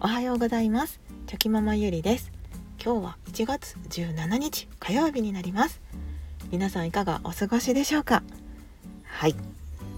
おはようございます。チョキママゆりです。今日は1月17日火曜日になります。皆さんいかがお過ごしでしょうか。はい、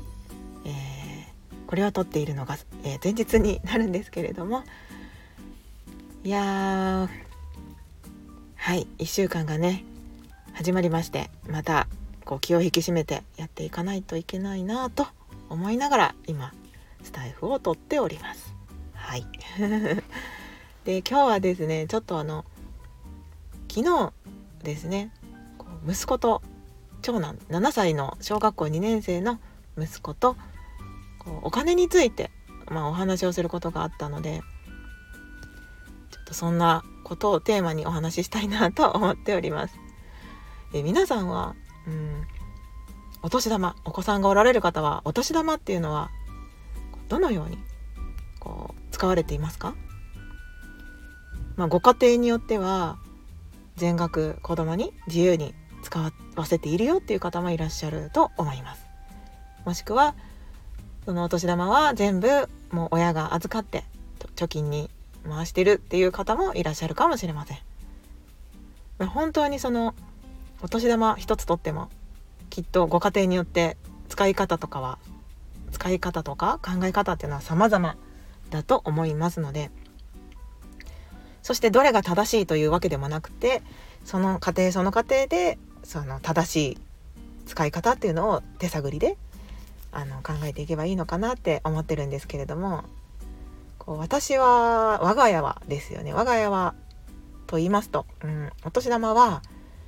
これを撮っているのが、前日になるんですけれども、いやはい1週間がね始まりまして、また気を引き締めてやっていかないといけないなと思いながら今スタイフを撮っております。はいで今日はですね、ちょっと昨日ですね、息子と長男7歳の小学校2年生の息子とお金について、お話をすることがあったので、ちょっとそんなことをテーマにお話ししたいなと思っております。皆さんはお年玉、お子さんがおられる方はお年玉っていうのはどのように使われていますか？ご家庭によっては全額子供に自由に使わせているよっていう方もいらっしゃると思います。もしくはそのお年玉は全部もう親が預かって貯金に回してるっていう方もいらっしゃるかもしれません。本当にそのお年玉一つとってもきっとご家庭によって使い方とか考え方っていうのは様々だと思いますので、そしてどれが正しいというわけでもなくて、その家庭その家庭でその正しい使い方っていうのを手探りで考えていけばいいのかなって思ってるんですけれども、私は我が家はと言いますと、お年玉は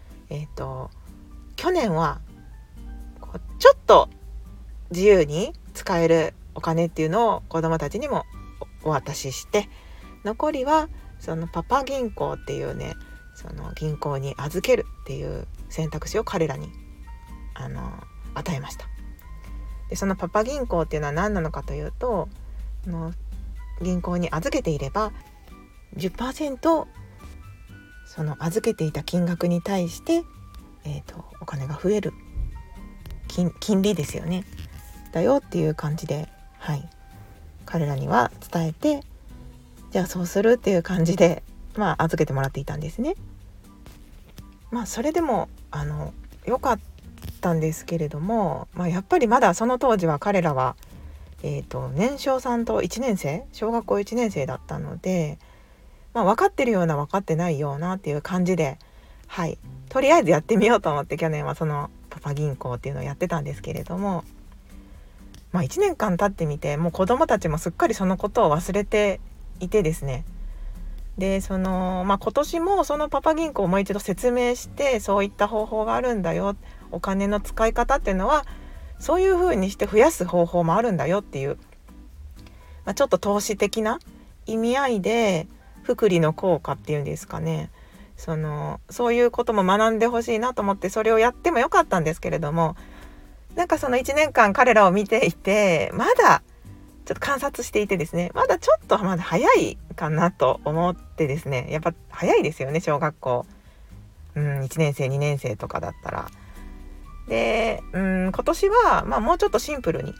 去年はちょっと自由に使えるお金っていうのを子どもたちにもお渡しして、残りはそのパパ銀行っていうね、その銀行に預けるっていう選択肢を彼らに与えました。でそのパパ銀行っていうのは何なのかというと、銀行に預けていれば 10% その預けていた金額に対して、お金が増える金利ですよねだよっていう感じで、彼らには伝えて、じゃあそうするっていう感じで預けてもらっていたんですね。それでも良かったんですけれども、やっぱりまだその当時は彼らは年少さんと小学校1年生だったので、分かってるような分かってないようなっていう感じで、とりあえずやってみようと思って去年はそのパパ銀行っていうのをやってたんですけれども、1年間経ってみて、もう子どもたちもすっかりそのことを忘れていてですね、で今年もそのパパ銀行をもう一度説明して、そういった方法があるんだよ、お金の使い方っていうのはそういう風にして増やす方法もあるんだよっていう、ちょっと投資的な意味合いで複利の効果っていうんですかね、そういうことも学んでほしいなと思って、それをやってもよかったんですけれども、その1年間彼らを見ていて、まだちょっと観察していてですね、まだ早いかなと思ってですね、やっぱ早いですよね、小学校1年生2年生とかだったら。で今年はもうちょっとシンプルに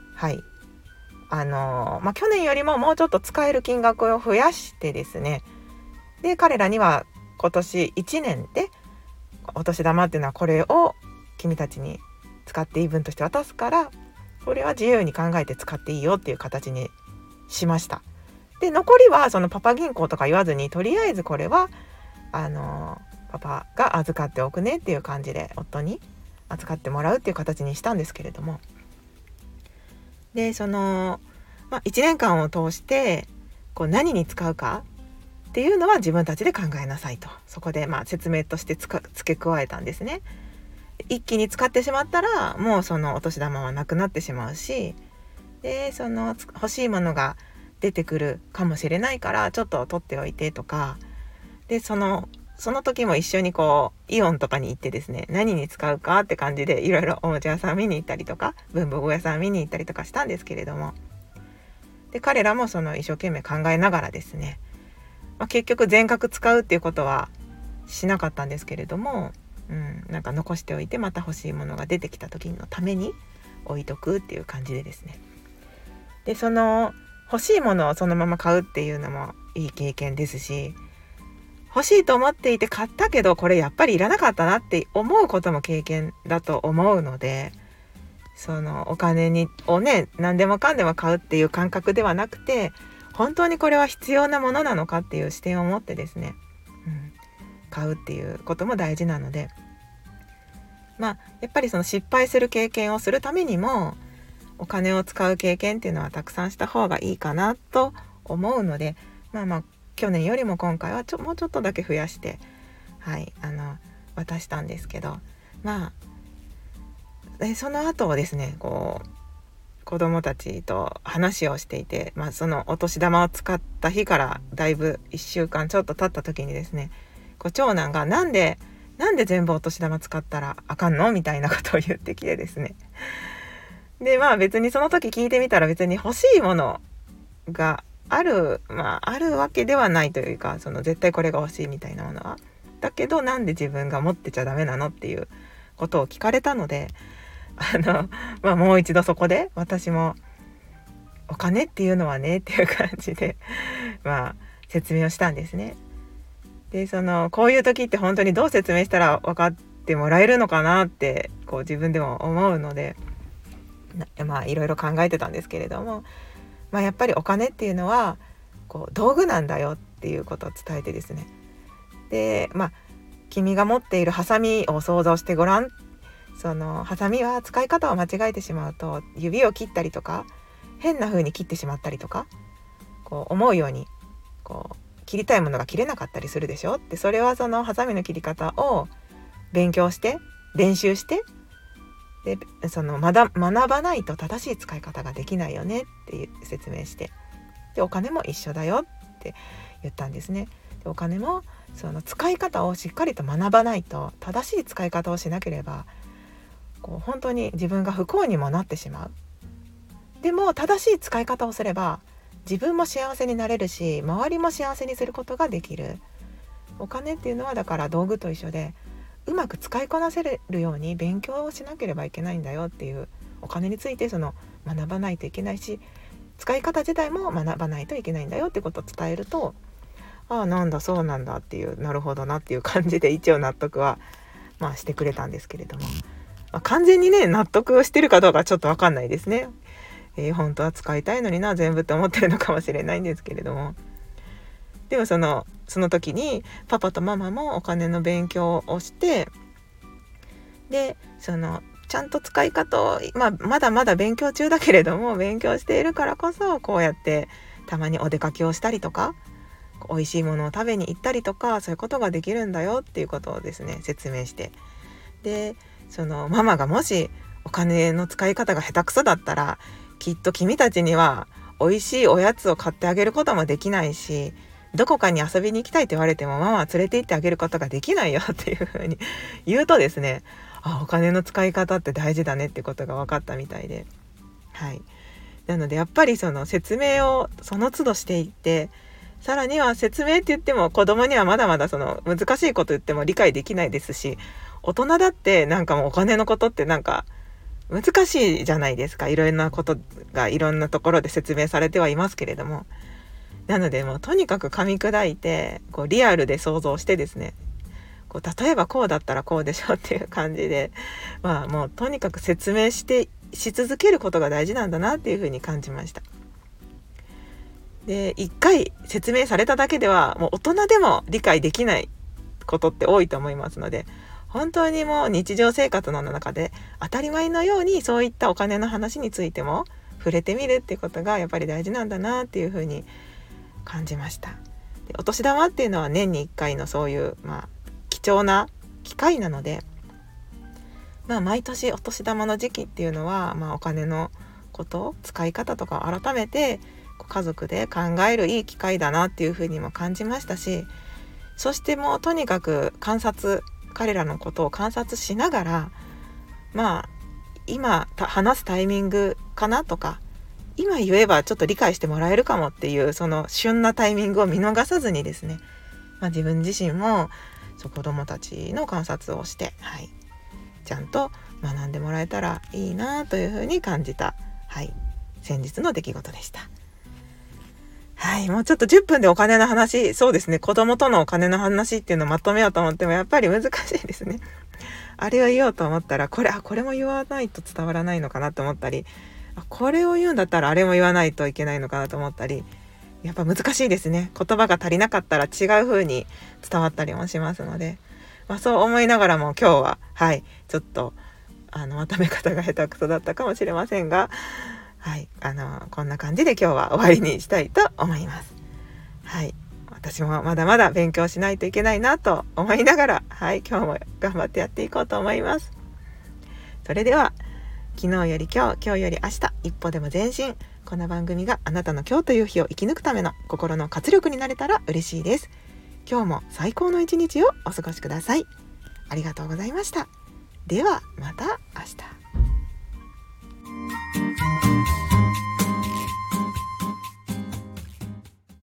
去年よりももうちょっと使える金額を増やしてですね、で彼らには今年1年でお年玉っていうのはこれを君たちに使っていい分として渡すから、これは自由に考えて使っていいよっていう形にしました。で残りはそのパパ銀行とか言わずに、とりあえずこれはパパが預かっておくねっていう感じで夫に預かってもらうっていう形にしたんですけれども、で1年間を通して何に使うかっていうのは自分たちで考えなさいと、そこで説明として付け加えたんですね。一気に使ってしまったらもうそのお年玉はなくなってしまうし、で欲しいものが出てくるかもしれないからちょっと取っておいてとかで、その時も一緒にイオンとかに行ってですね、何に使うかって感じでいろいろおもちゃ屋さん見に行ったりとか文房具屋さん見に行ったりとかしたんですけれども、で彼らも一生懸命考えながらですね、結局全額使うっていうことはしなかったんですけれども、残しておいてまた欲しいものが出てきた時のために置いとくっていう感じでですね、で欲しいものをそのまま買うっていうのもいい経験ですし、欲しいと思っていて買ったけどこれやっぱりいらなかったなって思うことも経験だと思うので、そのお金をね何でもかんでも買うっていう感覚ではなくて、本当にこれは必要なものなのかっていう視点を持ってですね、買うっていうことも大事なので、やっぱりその失敗する経験をするためにもお金を使う経験っていうのはたくさんした方がいいかなと思うので、去年よりも今回はもうちょっとだけ増やして、渡したんですけど、その後をですね子供たちと話をしていて、そのお年玉を使った日からだいぶ1週間ちょっと経った時にですね、長男がなんで全部お年玉使ったらあかんのみたいなことを言ってきてですね、で別にその時聞いてみたら別に欲しいものがあるわけではないというか、その絶対これが欲しいみたいなものはだけど、なんで自分が持ってちゃダメなのっていうことを聞かれたので、もう一度そこで私もお金っていうのはねっていう感じで説明をしたんですね。でこういう時って本当にどう説明したら分かってもらえるのかなって自分でも思うので、いろいろ考えてたんですけれども、やっぱりお金っていうのは道具なんだよっていうことを伝えてですね、で君が持っているハサミを想像してごらん。そのハサミは使い方を間違えてしまうと指を切ったりとか変な風に切ってしまったりとか、思うように切りたいものが切れなかったりするでしょって、それはそのハサミの切り方を勉強して練習して、で学ばないと正しい使い方ができないよねっていう説明して、でお金も一緒だよって言ったんですね。でお金もその使い方をしっかりと学ばないと、正しい使い方をしなければ本当に自分が不幸にもなってしまう。でも正しい使い方をすれば自分も幸せになれるし、周りも幸せにすることができる。お金っていうのはだから道具と一緒で、うまく使いこなせるように勉強をしなければいけないんだよっていう、お金について学ばないといけないし、使い方自体も学ばないといけないんだよってことを伝えると、なんだそうなんだっていう、なるほどなっていう感じで一応納得はしてくれたんですけれども、完全にね納得してるかどうかちょっと分かんないですね。本当は使いたいのにな全部って思ってるのかもしれないんですけれども、でもその時にパパとママもお金の勉強をして、でちゃんと使い方を、まだまだ勉強中だけれども勉強しているからこそ、こうやってたまにお出かけをしたりとか美味しいものを食べに行ったりとか、そういうことができるんだよっていうことをですね説明して、でママがもしお金の使い方が下手くそだったら、きっと君たちには美味しいおやつを買ってあげることもできないし、どこかに遊びに行きたいと言われてもママは連れて行ってあげることができないよっていうふうに言うとですね、お金の使い方って大事だねってことが分かったみたいで、なのでやっぱり説明をその都度していって、さらには説明って言っても子供にはまだまだ難しいこと言っても理解できないですし、大人だってもうお金のことって難しいじゃないですか。いろんなことがいろんなところで説明されてはいますけれども、なのでもうとにかく噛み砕いてリアルで想像してですね、例えばこうだったらこうでしょっていう感じで、もうとにかく説明し続けることが大事なんだなっていうふうに感じました。で一回説明されただけではもう大人でも理解できないことって多いと思いますので、本当にもう日常生活の中で当たり前のようにそういったお金の話についても触れてみるっていうことがやっぱり大事なんだなっていうふうに感じました。でお年玉っていうのは年に1回のそういう貴重な機会なので、毎年お年玉の時期っていうのはお金のこと使い方とかを改めて家族で考えるいい機会だなっていうふうにも感じましたし、そしてもうとにかく彼らのことを観察しながら、今話すタイミングかなとか、今言えばちょっと理解してもらえるかもっていう旬なタイミングを見逃さずにですね、自分自身も子どもたちの観察をして、ちゃんと学んでもらえたらいいなというふうに感じた、先日の出来事でした。 はい、もうちょっと10分でお金の話、そうですね、子供とのお金の話っていうのをまとめようと思ってもやっぱり難しいですね。あれを言おうと思ったらこれも言わないと伝わらないのかなと思ったり、これを言うんだったらあれも言わないといけないのかなと思ったり、やっぱ難しいですね。言葉が足りなかったら違う風に伝わったりもしますので、そう思いながらも今日はちょっとまとめ方が下手くそだったかもしれませんが、こんな感じで今日は終わりにしたいと思います。私もまだまだ勉強しないといけないなと思いながら、今日も頑張ってやっていこうと思います。それでは、昨日より今日、今日より明日、一歩でも前進。この番組があなたの今日という日を生き抜くための心の活力になれたら嬉しいです。今日も最高の一日をお過ごしください。ありがとうございました。ではまた明日。